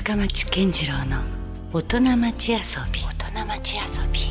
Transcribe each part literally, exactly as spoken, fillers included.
深町健次郎の大人町遊び大人町遊び。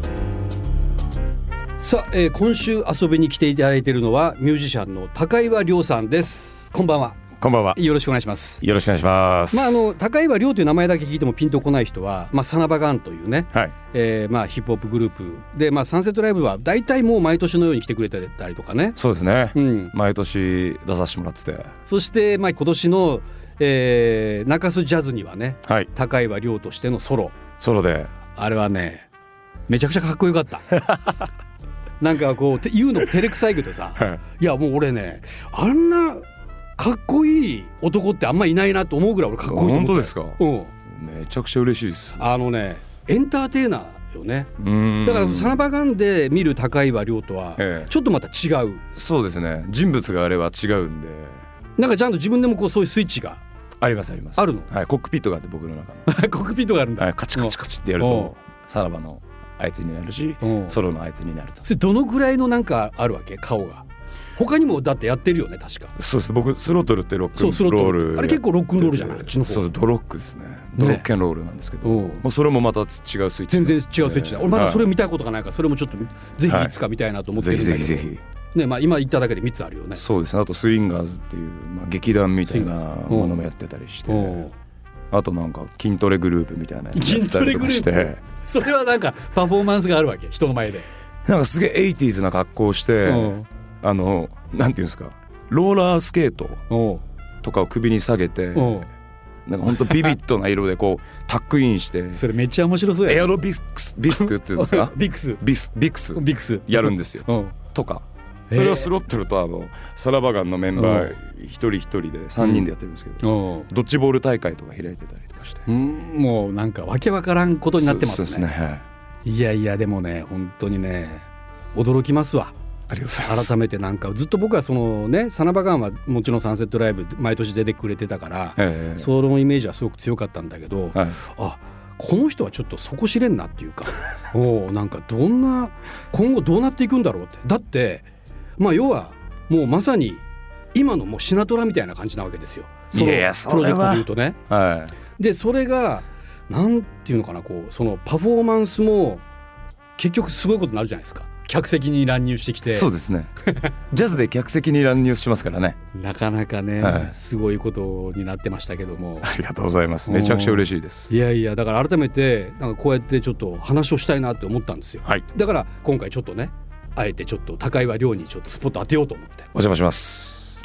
さあ、えー、今週遊びに来ていただいているのはミュージシャンの高岩亮さんです。こんばんは。 こんばんは。 よろしくお願いします。 よろしくお願いします。 まあ、あの高岩亮という名前だけ聞いてもピンとこない人は、まあ、サナバガンというね、はい、えーまあ、ヒップホップグループで、まあ、サンセットライブは大体もう毎年のように来てくれてたりとかね。 そうですね、 うん、 毎年出させてもらってて、 そして、まあ、今年の、えー、中洲ジャズにはね、はい、高岩亮としてのソロソロであれはねめちゃくちゃかっこよかったなんかこう言うのも照れくさいけどさ、はい、いやもう俺ねあんなかっこいい男ってあんまいないなと思うぐらい俺かっこいいと思った。 本当ですか？ うん、 めちゃくちゃ嬉しいです。 あのねエンターテイナーよね。だからサナバガンで見る高岩亮とはちょっとまた違う、ええ、 そうですね。人物があれは違うんで、 なんかちゃんと自分でもこうそういうスイッチがありますあります。 あるの、 はい、コックピットがあって僕の中のコックピットがあるんだ、 はい、カチカチカチってやるとサナバのあいつになるしソロのあいつになると。 それどのぐらいのなんかあるわけ顔が。他にもだってやってるよね確か。 そうです。僕スロットルってロックンロール、 あれ結構ロックンロールじゃない。 そうドロックですね。ドロッケンロールなんですけど、ね、もうそれもまた違うスイッチ。 全然違うスイッチだ。俺まだそれ見たことがないからそれもちょっとぜひいつか見たいなと思ってるんだけど、はい、ぜひぜひぜひ、ね、まあ、今言っただけでみっつあるよね。 そうですね。あとスインガーズっていう、まあ、劇団みたいなものもやってたりして、あとなんか筋トレグループみたいなやつやってたりとかして、 それはなんかパフォーマンスがあるわけ人の前で。 なんかすげえエイティーズな格好をして、あのなんていうんですか、ローラースケートとかを首に下げて、なんか本当ビビッドな色でこうタックインしてそれめっちゃ面白そうや、ね、 エアロビスクスビスクっていうんですかビクスビスビクスビクスやるんですよとか、それをスロットルとあのサラバガンのメンバー一人一人でさんにんでやってるんですけど、ドッジボール大会とか開いてたりとかして、 うん、もうなんかわけわからんことになってますね。 そうですね、はい、 いやいやでもね本当にね驚きますわ。 ありがとうございます。 改めてなんかずっと僕はそのねサナバガンはもちろんサンセットライブ毎年出てくれてたから、えー、そのイメージはすごく強かったんだけど、はい、あこの人はちょっと底知れんなっていうかおなんかどんな今後どうなっていくんだろうって。だってまあ要はもうまさに今のもうシナトラみたいな感じなわけですよ。そのプロジェクトでいうとね、はい、でそれがなんていうのかな、こうそのパフォーマンスも結局すごいことになるじゃないですか。客席に乱入してきて。 そうですねジャズで客席に乱入しますからね。 なかなかね、はい、すごいことになってましたけども。 ありがとうございます。めちゃくちゃ嬉しいです。 いやいやだから改めてなんかこうやってちょっと話をしたいなって思ったんですよ、はい、だから今回ちょっとねあえてちょっと高岩亮にちょっとスポット当てようと思ってお邪魔します。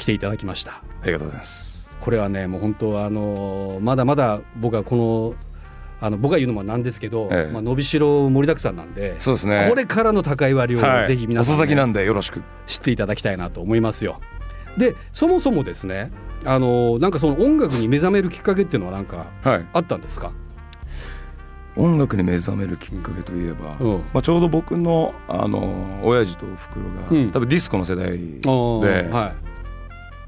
来ていただきました。 ありがとうございます。 これはねもう本当あのまだまだ僕はこのあの僕が言うのもなんですけど、ええまあ、伸びしろ盛りだくさんなんで、 そうですね、 これからの高岩亮をぜひ皆さん、ね、 遅咲きなんでよろしく知っていただきたいなと思いますよ。でそもそもですねあのなんかその音楽に目覚めるきっかけっていうのはなんかあったんですか？はい、 音楽に目覚めるきっかけといえば、うんまあ、ちょうど僕の、あの親父とおふくろが、うん、多分ディスコの世代で、はい、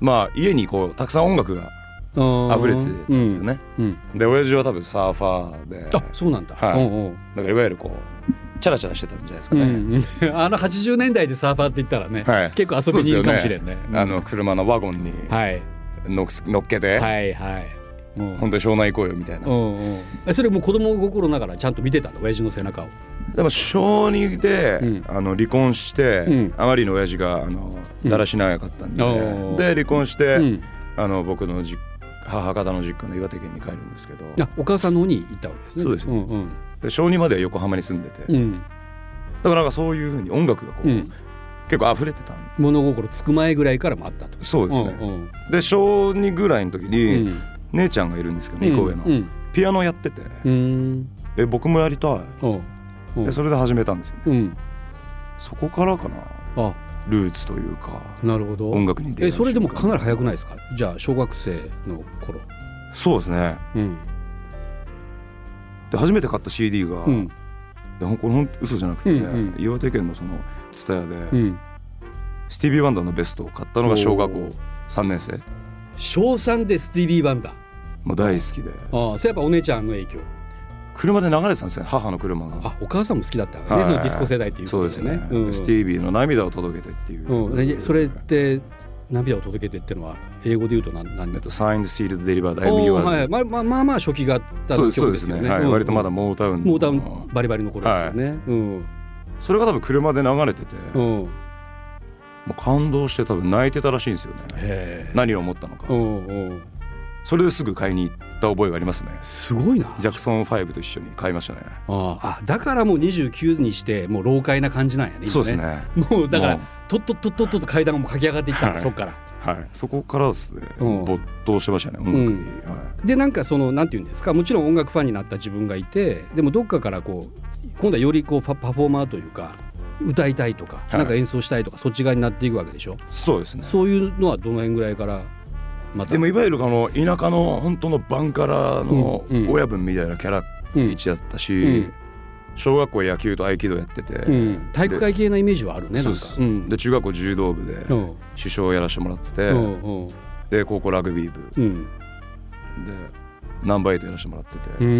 まあ家にこうたくさん音楽が溢れてたんですよね、うんうん、で親父は多分サーファーで、 あそうなんだ、 はい、うんうん、だからいわゆるこうチャラチャラしてたんじゃないですかね、 うん、あのはちじゅうねんだいでサーファーって言ったらね、はい、結構遊びに行くかもしれんね、 うん、あの車のワゴンに乗っけて、はいはい、うん、本当に湘南行こうよみたいな、うんうん、それもう子供心ながらちゃんと見てたんだ親父の背中を。 でも小にで、うん、あの離婚して、うん、あまりの親父があのだらしなかったんで、うん、で離婚して、うん、あの僕の実母方の実家の岩手県に帰るんですけど、 あお母さんの方に行ったわけですね。 そうです、うんうん、で小にまでは横浜に住んでて、うん、だからなんかそういう風に音楽がこう、うん、結構溢れてた物心つく前ぐらいからもあったと。 そうですね、うんうん、で小にぐらいの時に、うん、姉ちゃんがいるんですけどにこ上の、うん、ピアノやってて、うん、え僕もやりたい、うん、でそれで始めたんですよね、うん、そこからかなあルーツというか。なるほど。音楽に出会う。えそれでもかなり早くないですか？じゃあ小学生の頃。 そうですね、うん、で初めて買った シーディー が、うん、いやこれほん嘘じゃなくて、ね、うんうん、岩手県のその蔦屋で、うん、スティービー・ワンダーのベストを買ったのが小学校さんねん生。 小さんでスティービー・ワンダーもう大好きで。 ああそれやっぱお姉ちゃんの影響。 車で流れてたんですね、母の車が。 あお母さんも好きだったからね、はい、そのディスコ世代っていうことですね。 そうですね、うん、スティービーの涙を届けてっていう、 うん、それって涙を届けてっていうのは英語で言うと何何だと Signed Sealed Delivered I'm Yours、 はい、まあまあまあまあ初期型の曲ですよね。 そうですね、はい、うん、割とまだモータウンモータウンバリバリの頃ですよね、はい、うん、 それが多分車で流れてて、うん、もう感動して多分泣いてたらしいんですよね。何を思ったのか、うんうん、それですぐ買いに行った覚えがありますね。 すごいな。 ジャクソンファイブと一緒に買いましたね。 ああ、だからもうにじゅうきゅうにしてもう老快な感じなんやね。 そうですね。 もうだからとっとっとっとっとと階段がもう駆け上がっていったんだ、はい、そっから、 はい、そこからですね、うん、没頭してましたね、音楽に、うん、はい、でなんかそのなんていうんですか、もちろん音楽ファンになった自分がいて、でもどっかからこう今度はよりこうパフォーマーというか歌いたいとか、はい、なんか演奏したいとかそっち側になっていくわけでしょ。 そうですね。 そういうのはどの辺ぐらいからまた。 でもいわゆるあの田舎の本当のバンカラの親分みたいなキャラ位置だったし、うんうん、小学校野球と合気道やってて、うん、 体育会系なイメージはあるね。なんかそうです、うん、で中学校柔道部で主将をやらせてもらってて、うん、で高校ラグビー部、うん、でナンバーエイトやらせてもらってて、うん、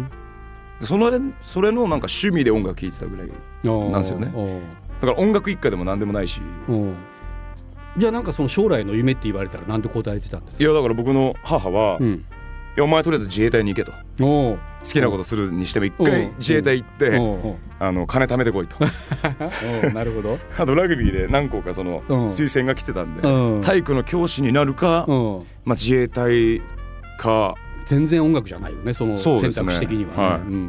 でそのそれのなんか趣味で音楽聴いてたぐらいなんですよね。だから音楽一家でも何でもないし。 じゃあなんかその将来の夢って言われたら何て答えてたんですか。 いやだから僕の母は、うん、いやお前とりあえず自衛隊に行けと、好きなことするにしても一回自衛隊行ってあの金貯めてこいとなるほど。 あとラグビーで何校かその推薦が来てたんで、体育の教師になるか、まあ、自衛隊か。 全然音楽じゃないよね、その選択肢的にはね。はい、うん、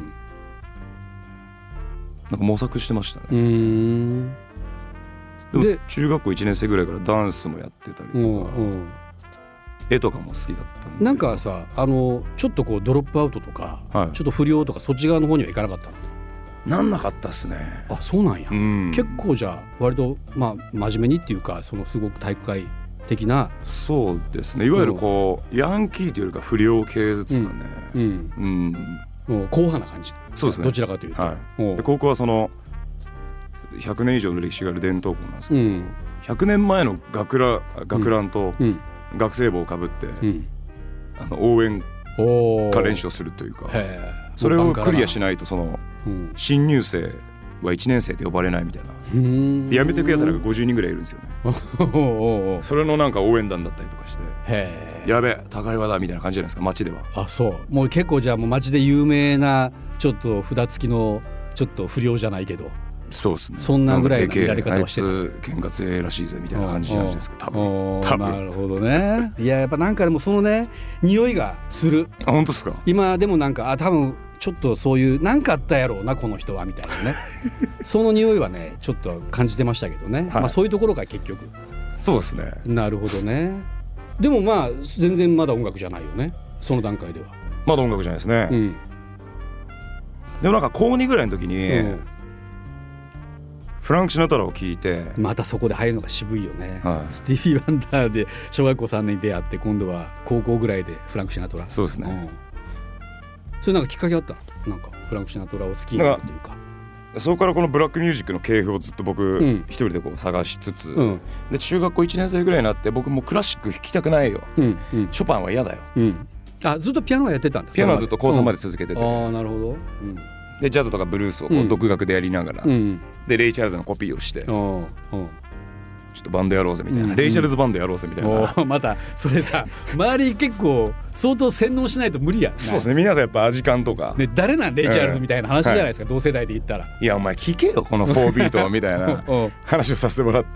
なんか模索してましたね。うーん、で中学校いちねん生ぐらいからダンスもやってたりとか、うんうん、絵とかも好きだったんで。 なんかさ、あのちょっとこうドロップアウトとか、はい、ちょっと不良とかそっち側の方にはいかなかったの。なんなかったっすね。 あ、そうなんや、うん、結構じゃあ割とまあ真面目にっていうか、そのすごく体育会的な。 そうですね、いわゆるこう、うん、ヤンキーというよりか不良系ですかね。うんうんうん、硬派な感じ。 そうですね、 どちらかというと、はい、 で高校はそのひゃくねん以上の歴史がある伝統校なんですけど、うん、ひゃくねんまえの学ラン、学ランと学生帽をかぶって、うん、あの応援歌練習をするというか、それをクリアしないとその、うん、新入生はいちねん生で呼ばれないみたいな。で辞めていくやつらがごじゅうにんぐらいいるんですよねそれのなんか応援団だったりとかして、へやべ高岩だみたいな感じじゃないですか、街では。 あ、そう。もう結構じゃあもう街で有名なちょっと札付きのちょっと不良じゃないけど、 そうですね、 そんなぐらいの見られ方をしてた。あいつ喧嘩強いらしいぜみたいな感じじゃないですか、多分。多分なるほどね。いややっぱなんかでもそのね匂いがする。 あ、本当ですか。 今でもなんかあ多分ちょっとそういうなんかあったやろうなこの人はみたいなねその匂いはねちょっと感じてましたけどね、はい、まあ、そういうところが結局。 そうですね。 なるほどね。でもまあ全然まだ音楽じゃないよね、その段階では。 まだ音楽じゃないですね、うん、でもなんか高にぐらいの時に、うん、フランク・シナトラを聴いて、 またそこで入るのが渋いよね、はい、スティービー・ワンダーで小学校さんねんに出会って、今度は高校ぐらいでフランク・シナトラ。 そうですね、うん、 それなんかきっかけあったの？なんかフランク・シナトラを好きになるというか。 そこからこのブラックミュージックの系譜をずっと僕一人でこう探しつつ、うん、で中学校いちねん生ぐらいになって、僕もクラシック弾きたくないよ、うんうん、ショパンは嫌だよ、うん、 あ、ずっとピアノはやってたんですか？ ピアノはずっと高さんまで続けてて、うん、 あ、なるほど、うん、 でジャズとかブルースをこう独学でやりながら、うん、でレイ・チャールズのコピーをして、うん、ちょっとバンドやろうぜみたいな、うん、レイ・チャールズバンドやろうぜみたいな、 うん、またそれさ周り結構相当洗脳しないと無理や。 そうですね、皆さんやっぱアジカンとか、 ね、誰なんレイ・チャールズみたいな話じゃないですか、うん、同世代で言ったら。 いやお前聞けよこのフォービートみたいな話をさせてもらって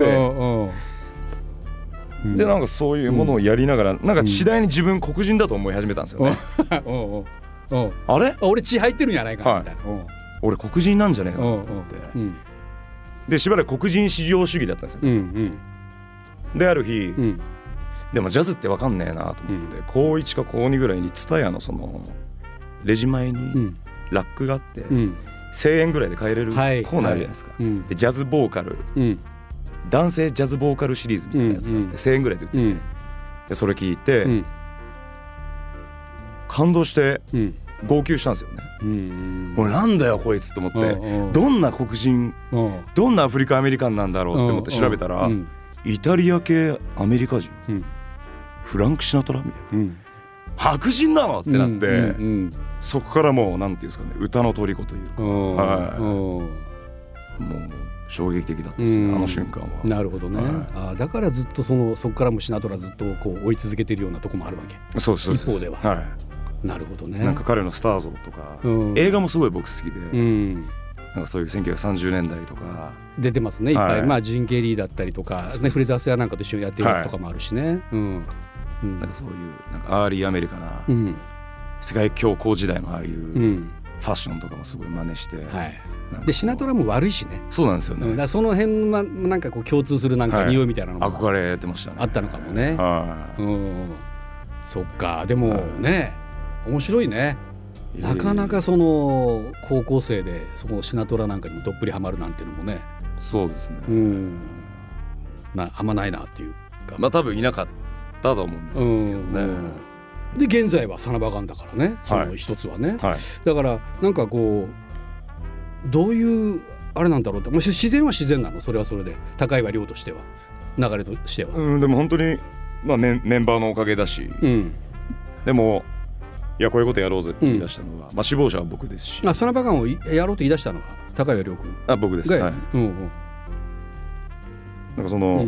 でなんかそういうものをやりながら、うん、なんか次第に自分黒人だと思い始めたんですよね、うん、あれ俺血入ってるんじゃないかなみたいな、はい、 俺黒人なんじゃねえかなと思って、うん、でしばらく黒人至上主義だったんですよ、うんうん、である日、うん、でもジャズって分かんねえなと思って、うん、高いちか高にぐらいにツタヤのそのレジ前にラックがあって、うん、せんえんぐらいで買えれるコーナーあるじゃないですか、はいはい、でジャズボーカル、うん、男性ジャズボーカルシリーズみたいなやつがあって、うん、せんえんぐらいで売ってて、うん、でそれ聞いて、うん、感動して号泣したんですよね、うん、俺なんだよこいつと思って、うん、どんな黒人、うん、どんなアフリカアメリカンなんだろうって思って調べたら、うん、イタリア系アメリカ人、うん、フランク・シナトラみたいな、うん、白人なのってなって、うんうんうん、そこからもうなんていうんですかね、歌の虜というか、はい、もう衝撃的だったですね、あの瞬間は。 なるほどね、はい、あだからずっとそのそこからもシナトラずっとこう追い続けてるようなとこもあるわけ。 そうですそうです。 一方では、はい、なるほどね。 なんか彼のスター像とか、うん、映画もすごい僕好きで、うん、なんかそういうせんきゅうひゃくさんじゅうねんだいとか出てますねいっぱい、はい、まあジン・ケリーだったりとか、ね、フレダースやなんかと一緒にやってるやつとかもあるしね、はいうんうん、 なんかそういうなんかアーリーアメリカな、うん、世界恐慌時代のああいう、うんファッションとかもすごい真似して、はい、でシナトラも悪いしね。 そうなんですよね、 うん、だその辺はなんかこう共通するなんか匂いみたいなのも、 はい、憧れてましたね。 あったのかもね、 はい、うんそっか。でもね、はい、面白いね。なかなかその高校生でそのシナトラなんかにもどっぷりハマるなんていうのもね。 そうですね、 うんなあんまないなっていうか、 まあ多分いなかったと思うんですけどね、うんうんで現在はサナバガンだからね、その一つはね、はいはい、だからなんかこうどういうあれなんだろうって、もう自然は自然なの、それはそれで高岩亮としては流れとしては、 うん、でも本当に、まあ、メ, メンバーのおかげだし、うん、でもいやこういうことやろうぜって言い出したのは、うんまあ、首謀者は僕ですし、 あサナバガンをやろうと言い出したのは高岩亮君。 あ僕です、はいうんうん、なんかその、うん、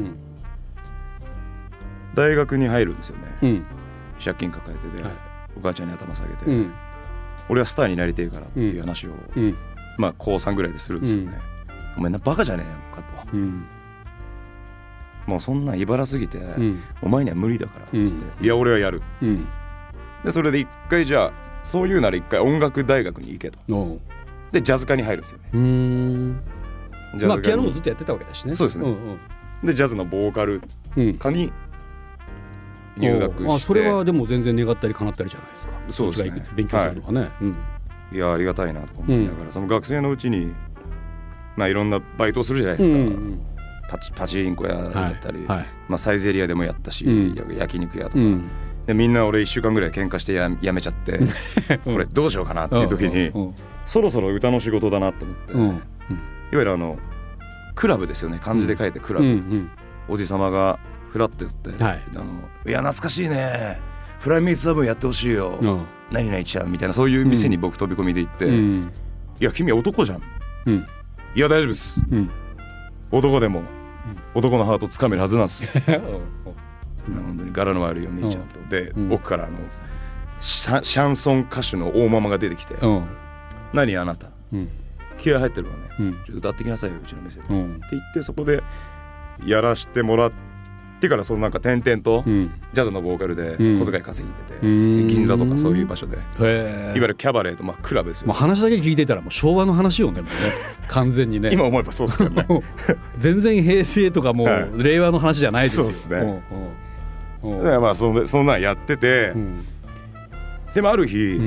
大学に入るんですよね、うん借金抱えてで、はい、お母ちゃんに頭下げて、うん、俺はスターになりてえからっていう話を、うん、まあ高さんぐらいでするんですよね、うん、お前なバカじゃねえのかと、うん、もうそんなん茨すぎて、うん、お前には無理だからっつって、うん、いや俺はやる、うん、でそれで一回じゃあそういうなら一回音楽大学に行けと、でジャズ科に入るんですよね。うーんジャズまあピアノもずっとやってたわけだしね。 そうですね、うんうん、でジャズのボーカル科に、うん入学して、 あそれはでも全然願ったり叶ったりじゃないですか。 そうですね、 そっちが勉強するのはね、はいうん、 いやありがたいなと思いながら、うん、その学生のうちに、まあ、いろんなバイトをするじゃないですか、うんうん、パ, チパチンコ屋だったり、はいはいまあ、サイゼリヤでもやったし、うん、焼肉屋とか、うん、でみんな俺いっしゅうかんぐらい喧嘩して や, やめちゃってこれどうしようかなっていう時に、うん、そろそろ歌の仕事だなと思って、うんうん、いわゆるあのクラブですよね、漢字で書いてクラブ、うんうん、おじさまがフラッと言って、はい、あのいや懐かしいねフライミーツザブンやってほしいよ、うん、何々ちゃうみたいなそういう店に僕飛び込みで行って、うん、いや君男じゃん、うん、いや大丈夫です、うん、男でも、うん、男のハートつかめるはずなんです本当に柄の悪いお兄ちゃんと、うん、で、うん、奥からあのシ ャ, シャンソン歌手の大ママが出てきて、うん、何あなた、うん、気合入ってるわね、うん、ちょっと歌ってきなさいようちの店で、うん、って言ってそこでやらしてもらってってからそのなんか点々とジャズのボーカルで小遣い稼いでて、うん、銀座とかそういう場所でいわゆるキャバレーとまあクラブですよ、ね、 まあ、話だけ聞いてたらもう昭和の話よね、もうね完全にね今思えばそうですけどね全然平成とかもう令和の話じゃないですよ、はい、 そうですねだからまあそんそんなんやってて、うん、でもある日、うん、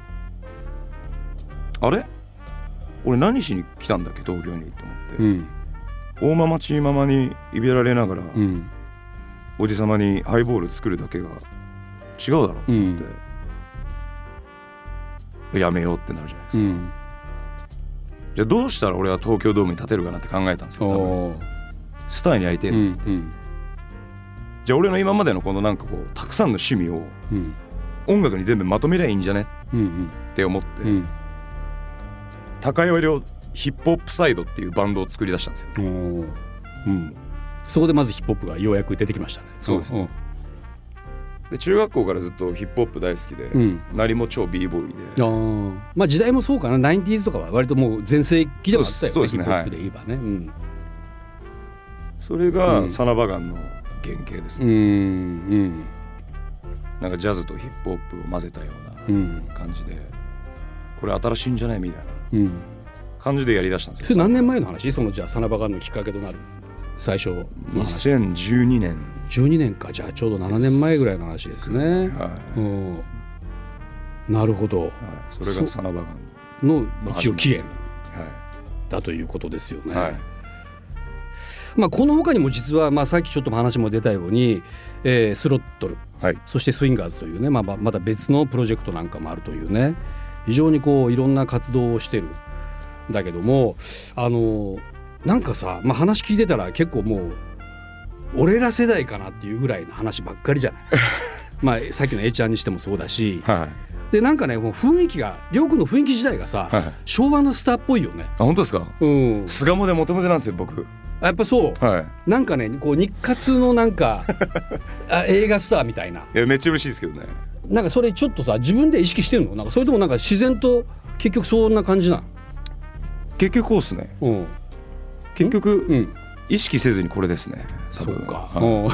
あれ俺何しに来たんだっけ東京にと思って、うん大ママチーママにいびられながら、うん、おじさまにハイボール作るだけが違うだろうと思って、うん、やめようってなるじゃないですか、うん、じゃあどうしたら俺は東京ドームに立てるかなって考えたんですよ。多分スターになりてえ、うんうん、じゃあ俺の今までのこのなんかこうたくさんの趣味を音楽に全部まとめりゃいいんじゃね、うんうん、って思って、うん、高岩亮ヒップホップサイドっていうバンドを作り出したんですよ、 うん、そこでまずヒップホップがようやく出てきましたね。 そうですね。で中学校からずっとヒップホップ大好きで、うん、なりも超 b ボーイで、 あ、まあ、時代もそうかな。ナインティーズとかは割ともう全盛期でもあったよね。そうですね、ヒップホップで言えばね、はいうん、 それがサナバガンの原型ですね、うんうん、なんかジャズとヒップホップを混ぜたような感じで、うん、これ新しいんじゃないみたいな、うん感じでやりだしたんですよ。 それ何年前の話？そのじゃあサナバガンのきっかけとなる最初の話。 にせんじゅうにねん。 じゅうにねんか。じゃあちょうどななねんまえぐらいの話ですね。はい、うん、なるほど、はい、 それがサナバガンの一応起源だということですよね。はいまあ、この他にも実は、まあ、さっきちょっと話も出たように、えー、スロットル、はい、そしてスインガーズというね、まあ、また別のプロジェクトなんかもあるというね、非常にこういろんな活動をしてるだけども、あのなんかさ、まあ、話聞いてたら結構もう俺ら世代かなっていうぐらいの話ばっかりじゃないまあさっきの A ちゃんにしてもそうだし、はい、 でなんかねもう雰囲気がりょうくんの雰囲気自体がさ、はい、昭和のスターっぽいよね。 あ本当ですか。うん巣鴨でモテモテなんですよ僕。 やっぱそう、 はい、 なんかねこう日活のなんかあ映画スターみたいな。 いやめっちゃ嬉しいですけどね。 なんかそれちょっとさ自分で意識してるの？なんかそれともなんか自然と結局そんな感じなの？ 結局こうっすね、うん、結局、うん、意識せずにこれですね。 そうか、はい、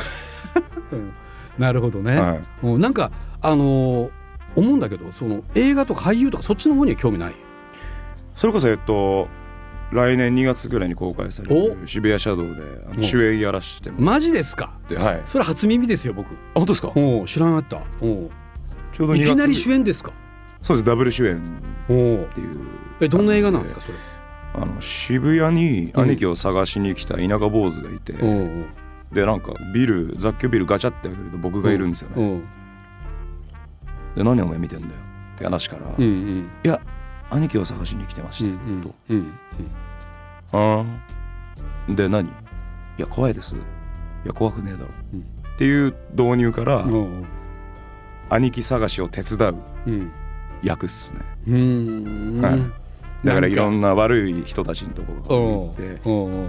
なるほどね、はい、なんかあのー、思うんだけどその映画とか俳優とかそっちの方には興味ない？ それこそえっと来年にがつぐらいに公開される渋谷シャドウであの主演やらしてもマジですか？ はい、 それ初耳ですよ僕。あ本当ですか？ お知らなかった。おちょうどいきなり主演ですか？ そうですダブル主演っていうえどんな映画なんですかそれ？ あの渋谷に兄貴を探しに来た田舎坊主がいて、うん、でなんかビル雑居ビルガチャって開けると僕がいるんですよね、うん、で何お前見てんだよって話から、うんうん、いや兄貴を探しに来てまして、うんうん、と、うんうん、ああで何いや怖いですいや怖くねえだろ、うん、っていう導入から、うん、兄貴探しを手伝う役っすね、うん、はいだからいろんな悪い人たちのところがいて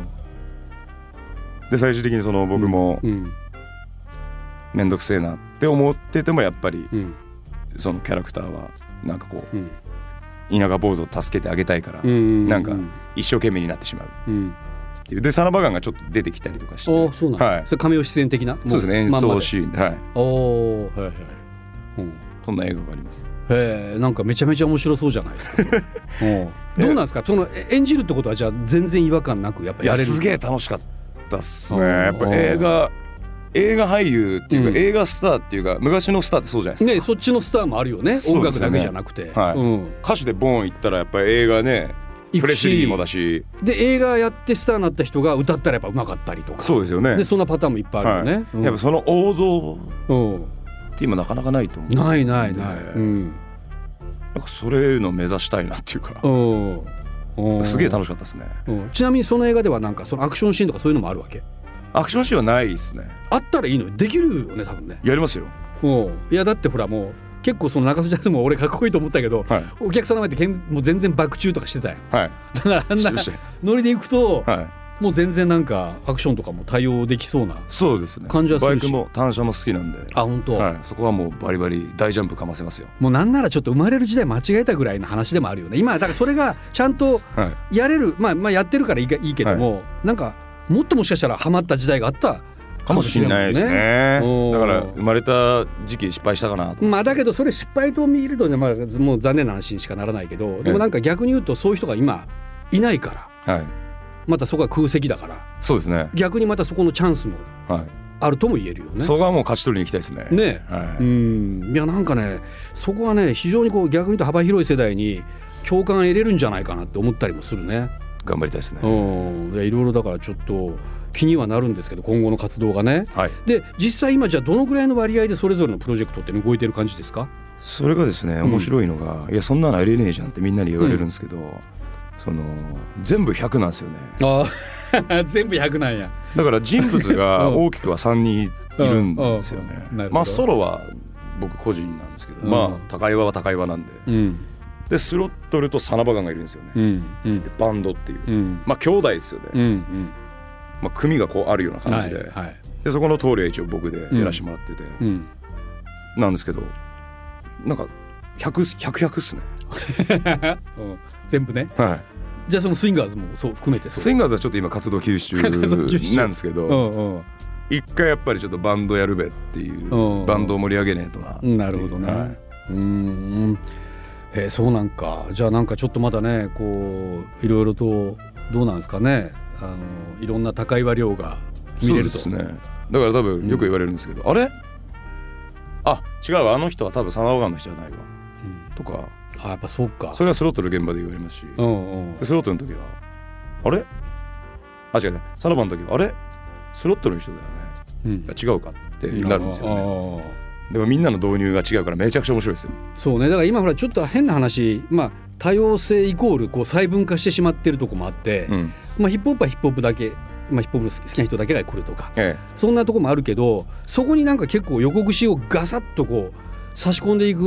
で最終的にその僕もめんどくせえなって思っててもやっぱりそのキャラクターはなんかこう田舎坊主を助けてあげたいからなんか一生懸命になってしまうっていうでサナバガンがちょっと出てきたりとかして、 あそうなん、はい、それ亀尾出演的なそうですね演奏シーンで、はい、 おはいはい、 うん、そんな映画があります。 へえなんかめちゃめちゃ面白そうじゃないですかどうなんですかその演じるってことはじゃあ全然違和感なくやっぱやれる？ すげえ楽しかったっすね。やっぱ映画映画俳優っていうか、うん、映画スターっていうか昔のスターってそうじゃないですかね。 そっちのスターもあるよね音楽だけじゃなくて、 はいうん、歌手でボーン行ったらやっぱり映画ねプレスリーもだしで映画やってスターになった人が歌ったらやっぱ上手かったりとかそうですよね。 でそんなパターンもいっぱいあるよね、はいうん、やっぱその王道って今なかなかないと思う。 ないないない、うんなんかそれの目指したいなっていうかすげえ楽しかったですね。 ちなみにその映画ではなんかそのアクションシーンとかそういうのもあるわけ？ アクションシーンはないですね。 あったらいいのにできるよね多分ね。 やりますよ。 いやだってほらもう結構その中洲ジャズも俺かっこいいと思ったけど、はい、お客さんの前でけんもう全然バク宙とかしてたよ、はい、だからあんなノリで行くと、はい、もう全然なんかアクションとかも対応できそうなそうですね感じはするし、 バイクも単車も好きなんであ本当、 はい、そこはもうバリバリ大ジャンプかませますよ。 もうなんならちょっと生まれる時代間違えたぐらいの話でもあるよね今だからそれがちゃんとやれる、はいまあ、まあやってるからいいかいいけども、はい、なんかもっともしかしたらハマった時代があったかもしれないですね。だから生まれた時期失敗したかなと。 まあだけどそれ失敗と見るとね、まあ、もう残念な話にしかならないけどでもなんか逆に言うとそういう人が今いないから、はい、またそこは空席だからそうですね逆にまたそこのチャンスもあるとも言えるよね。 そこはもう勝ち取りに行きたいですね。 ね、はい、うんいやなんかねそこはね非常にこう逆に言うと幅広い世代に共感得れるんじゃないかなって思ったりもするね。 頑張りたいですね。 うんいろいろだからちょっと気にはなるんですけど今後の活動がね、はい、で実際今じゃあどのぐらいの割合でそれぞれのプロジェクトって動いてる感じですか？ それがですね面白いのが、うん、いやそんなのありえねえじゃんってみんなに言われるんですけど、うん、その全部ひゃくなんですよね。 あ全部ひゃくなんや。 だから人物が大きくはさんにんいるんですよね。まあソロは僕個人なんですけど、うん、まあ高岩は高岩なんで、うん、でスロットルとサナバガンがいるんですよね、うんうん、でバンドっていう、うん、まあ兄弟ですよね、うんうんまあ、組がこうあるような感じで、はいはい、でそこの通りは一応僕でやらせてもらってて、うん、なんですけどなんかひゃく、ひゃく、ひゃくっすね、 うん、全部ね、はい、じゃあそのスインガーズもそう含めてそうスインガーズはちょっと今活動休止中なんですけどうん、一回やっぱりちょっとバンドやるべっていうバンドを盛り上げねえとな。 なるほどね、はい、うーん、えー、そうなんかじゃあなんかちょっとまだねこういろいろとどうなんですかねあのいろんな高岩亮が見れると。 そうですね。だから多分よく言われるんですけど、うん、あれあ違うあの人は多分サナバガンの人じゃないわ、うん、とかあやっぱそうかそれはスロットル現場で言われますし、うんうん、でスロットルの時はあれあ違うねサナバンの時はあれスロットルの人だよね、うん、違うかってなるんですよね。でもみんなの導入が違うからめちゃくちゃ面白いですよ。 そうねだから今ほらちょっと変な話まあ多様性イコールこう細分化してしまってるとこもあって、うんまあ、ヒップホップはヒップホップだけ、まあ、ヒップホップ好きな人だけが来るとか、ええ、そんなとこもあるけどそこになんか結構横串をガサッとこう差し込んでいく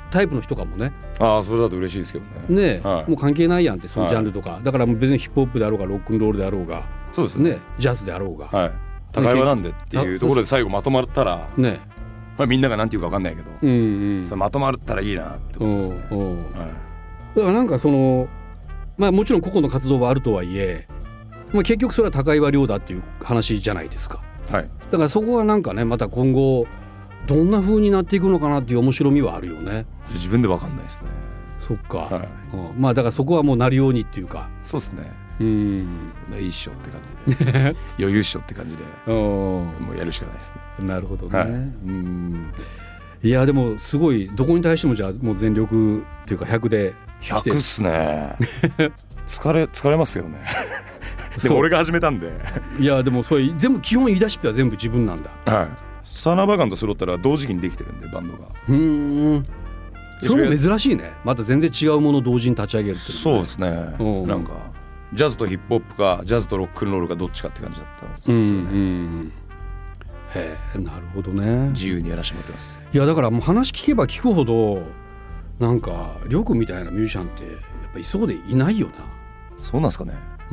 タイプの人かもね。 ああそれだと嬉しいですけどね。 ね、はい、もう関係ないやんってそのジャンルとか、はい、だからもう別にヒップホップであろうがロックンロールであろうがそうですね、 ジャズであろうが、 はい、高岩なんでっていうところで最後まとまったらね、まあ、みんながなんて言うか分かんないけど、うんうん、それまとまったらいいなって思いますね。おうおう、はい、 だからなんかそのまあもちろん個々の活動はあるとはいえ、まあ、結局それは高岩亮だっていう話じゃないですか、はい、だからそこはなんかねまた今後どんな風になっていくのかなっていう面白みはあるよね。 自分で分かんないですね。 そっか、はい、うん、まあだからそこはもうなるようにっていうか。 そうですね、うん、いいっしょって感じで余裕っしょって感じでもうやるしかないですね。 なるほどね、はい、うん、いやでもすごいどこに対してもじゃあもう全力っていうかひゃくでひゃくっすね疲れ疲れますよねでも俺が始めたんでいやでもそれ全部基本言い出しっぺは全部自分なんだ。 はい、サナバガンとスロットルは同時期にできてるんでバンドが。うーん、それも珍しいね。また全然違うものを同時に立ち上げるっていう、ね、 そうですね、うん、なんかジャズとヒップホップかジャズとロックンロールかどっちかって感じだったんですよね。うんうん、 へえ、なるほどね。 自由にやらせてもらってます。 いやだからもう話聞けば聞くほどなんかりょうくんみたいなミュージシャンってやっぱいそうでいないよな。 そうなんですかね。 うん、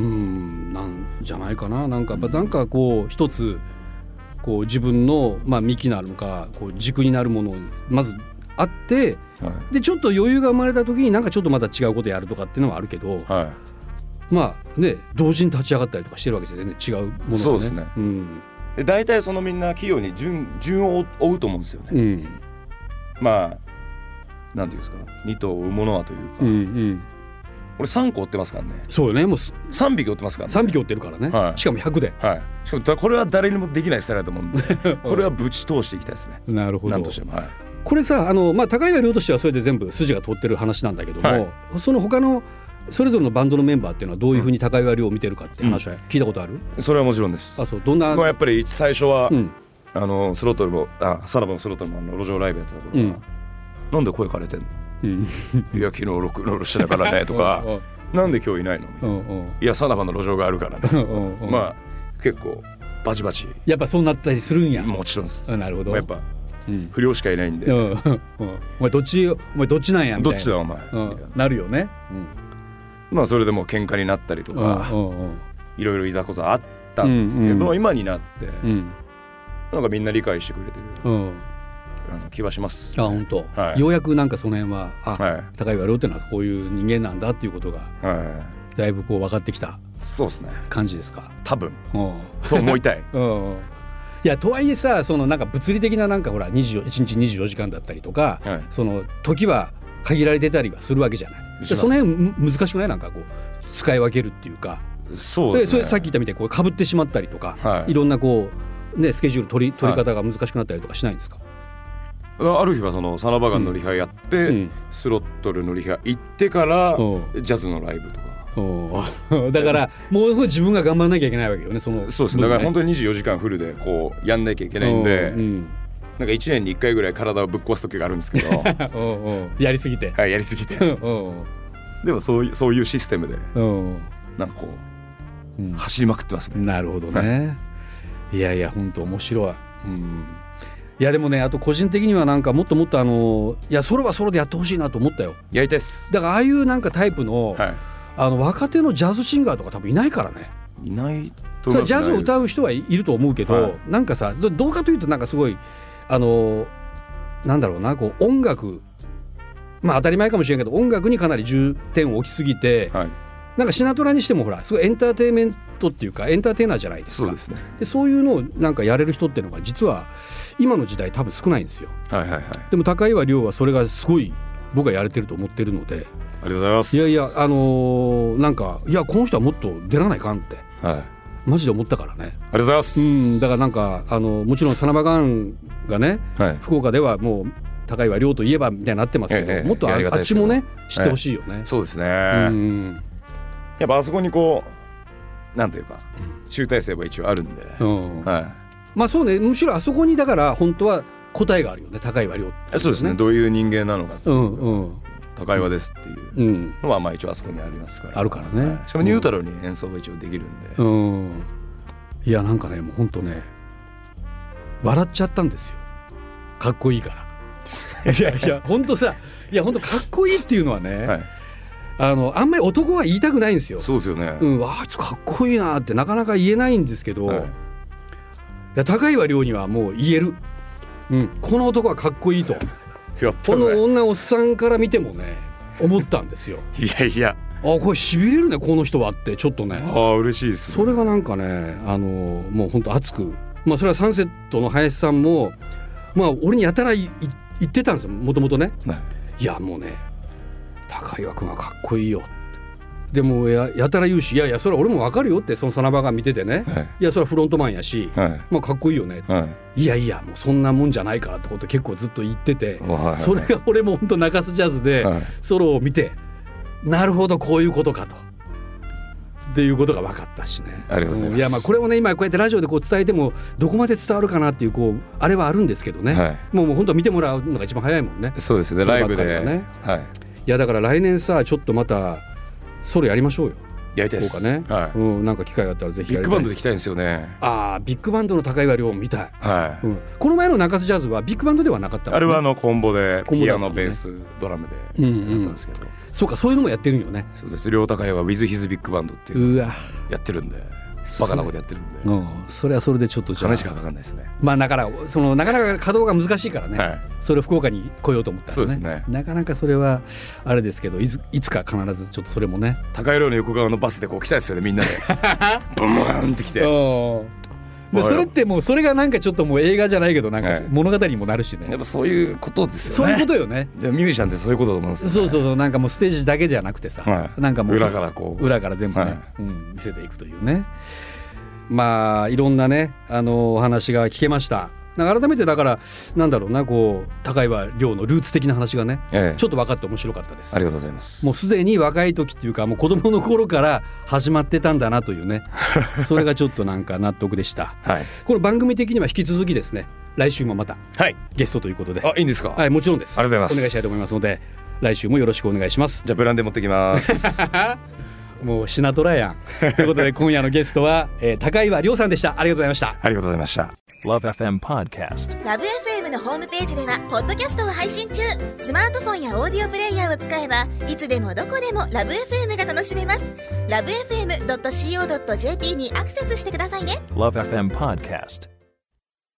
なんじゃないかな。なんかやっぱなんかこう一つこう自分のまあ幹なのかこう軸になるものをまずあって、はい、でちょっと余裕が生まれた時になんかちょっとまた違うことやるとかっていうのはあるけど、はい、まあね同時に立ち上がったりとかしてるわけじゃ全然違うものがね。 そうですね、うん、で大体そのみんな企業に 順, 順を追うと思うんですよね、うん、まあなんていうんですかに頭を追うものはというか、うんうん、俺さんこ追ってますからね。 そうよね、もうさんびき追ってますからね。 さんびき追ってるからね、はい、しかもひゃくで、はい、 しかもこれは誰にもできないスタイルだと思うんでこれはぶち通していきたいですね。 なるほど。 なんとしても、はい、 これさあの、まあ、高岩亮としてはそれで全部筋が通ってる話なんだけども、はい、その他のそれぞれのバンドのメンバーっていうのはどういうふうに高岩亮を見てるかって話は聞いたことある？ うん、それはもちろんです。 あ、そう、どんな、 まあ、やっぱり最初は、うん、あのスロットルもあサラバのスロットルもあの路上ライブやってた頃から、うん、なんで声枯れてんの、うん、いや昨日ロックロールしてたからねとかなんで今日いないのみたいな、いやサラバの路上があるからねまあ結構バチバチやっぱそうなったりするんや。 もちろんです。 なるほど、 まあ、やっぱうん、不良しかいないんで、うんうん、 お前どっちお前どっちなんやみたいな、 どっちだお前、うん、みたいななるよね、うん、 まあそれでも喧嘩になったりとか、うんうんうん、いろいろいざこざあったんですけど、うんうん、今になって、うん、なんかみんな理解してくれてる、うん、あの気はします、ね、 あ、本当、はい、ようやくなんかその辺はあ、はい、高岩亮ってのはこういう人間なんだっていうことが、はい、だいぶこう分かってきたそうですね感じですか。 多分と思いたい、うんいやとはいえさ、そのなんか物理的ななんかほらにじゅういちにちにじゅうよじかんだったりとか、はい、その時は限られてたりはするわけじゃない。その辺難しくない？なんかこう使い分けるっていうか。 そうですね。 それさっき言ったみたいにこう被ってしまったりとか、はい、いろんなこうねスケジュール取り取り方が難しくなったりとかしないんですか？ はい、ある日はそのサナバガンのリハやって、うん、スロットルのリハ行ってから、うん、ジャズのライブとか。 だからもうすごい自分が頑張らなきゃいけないわけよね。そのそうですね。だから本当ににじゅうよじかんフルでこうやんなきゃいけないんで、うん、なんかいちねんにいっかいぐらい体をぶっ壊す時があるんですけどおうおうやりすぎてはいやりすぎておうでもそういう、そういうシステムでなんかこう、うん、走りまくってますね。 なるほどね、はい、いやいや本当面白い、うん、いやでもねあと個人的にはなんかもっともっとあのいやソロはソロでやってほしいなと思ったよ。 やりたいです。 だからああいうなんかタイプの、はい、あの若手のジャズシンガーとか多分いないからね。 いないと思います。 ジャズを歌う人はいると思うけど、はい、なんかさどうかというとなんかすごいあのなんだろうなこう音楽まあ当たり前かもしれんけど音楽にかなり重点を置きすぎて、はい、なんかシナトラにしてもほらすごいエンターテインメントっていうかエンターテイナーじゃないですか。 そうですね。 でそういうのをなんかやれる人っていうのが実は今の時代多分少ないんですよ。 はいはいはい。 でも高岩亮はそれがすごい僕はやれてると思ってるので。 ありがとうございます。 いやいやあのー、なんかいやこの人はもっと出らないかんって、はい、マジで思ったからね。ありがとうございます。 うんだからなんかあのもちろんサナバガンがね、はい、福岡ではもう高岩亮といえばみたいになってますけど、ええ、もっと あ, あっちもね知ってほしいよね、 ええ、そうですね。うんやっぱあそこにこうなんというか、うん、集大成は一応あるんで、うんはい、 まあそうねむしろあそこにだから本当は答えがあるよね高岩亮って、ね、 そうですね。どういう人間なのかっていう、うんうん高岩ですっていうのはまあ一応あそこにありますから、 あるからね、 はい、しかもニュートラルに演奏が一応できるんで、うん、 いやなんかねもうほんとね笑っちゃったんですよ。かっこいいからいやいや本当さいや本当かっこいいっていうのはね、はい、あのあんまり男は言いたくないんですよ。 そうですよね、 うん、あいつかっこいいなってなかなか言えないんですけど、はい、いや高岩亮にはもう言える、うん、この男はかっこいいとやったぜ。 この女おっさんから見てもね思ったんですよ。 いやいやあこれしびれるねこの人はってちょっとねあ嬉しいです、ね、 それがなんかねあのもう本当熱く、まあ、それはサンセットの林さんもまあ俺にやたら言ってたんですよもともとね、はい、いやもうね高岩君はかっこいいよでも や, やたら言うしいやいやそれは俺も分かるよってそのサナバガン見ててね、はい、いやそれはフロントマンやし、はい、まあかっこいいよね、はい、いやいやもうそんなもんじゃないからってこと結構ずっと言ってて、はい、それが俺も本当中洲ジャズでソロを見て、はい、なるほどこういうことかとっていうことが分かったしね。 ありがとうございます。 いやまあこれをね今こうやってラジオでこう伝えてもどこまで伝わるかなっていうこうあれはあるんですけどね、はい、もうもう本当見てもらうのが一番早いもんね。 そうですねライブで、ねはい、 いやだから来年さちょっとまたソロやりましょうよ。 やりたいです。 ねはいうん、なんか機会があったらぜひやりたい。 ビッグバンドで行きたいんですよね。 あビッグバンドの高岩亮見たい、 はいうん、 この前の中洲ジャズはビッグバンドではなかった、ね、 あれはあのコンボでピアノ、ベース、ドラムでやったんですけど、うんうん、 そうかそういうのもやってるんよね。 そうです亮高岩は With His Big Band っていうのをやってるんでバカなことやってるんで、 うん、それはそれでちょっと金しかかかんないですね。 まあだからそのなかなか稼働が難しいからね、はい、それを福岡に来ようと思ったらね、 そうですねなかなかそれはあれですけどい つ, いつか必ずちょっとそれもね高岩亮の横側のバスでこう来たいですよねみんなでブンブンって来てでそれってもうそれがなんかちょっともう映画じゃないけどなんか物語にもなるしね、 はい、やっぱそういうことですよね。 そういうことよね。 でミュージシャンってそういうことだと思うんですよ、ね、 そうそうそうなんかもうステージだけじゃなくてさ、はい、なんかもう裏からこう裏から全部ね、はいうん、見せていくというね。まあいろんなねあのお話が聞けました。改めてだからなんだろうなこう高岩亮のルーツ的な話がね、ええ、ちょっと分かって面白かったです。 ありがとうございます。 もうすでに若い時っていうかもう子供の頃から始まってたんだなというねそれがちょっとなんか納得でした、はい、この番組的には引き続きですね来週もまたゲストということで、 はい、あいいんですか。 はい、もちろんです。 ありがとうございます。 お願いしたいと思いますので来週もよろしくお願いします。 じゃあブランデー持ってきますもうシナトラやんということで今夜のゲストは、えー、高岩亮さんでした。ありがとうございました。 ありがとうございました。 Love エフエム Podcast Love エフエム のホームページではポッドキャストを配信中。スマートフォンやオーディオプレイヤーを使えばいつでもどこでも ラブエフエム が楽しめます。 ラブエフエムドットシーオードットジェーピー にアクセスしてくださいね。 Love エフエム Podcast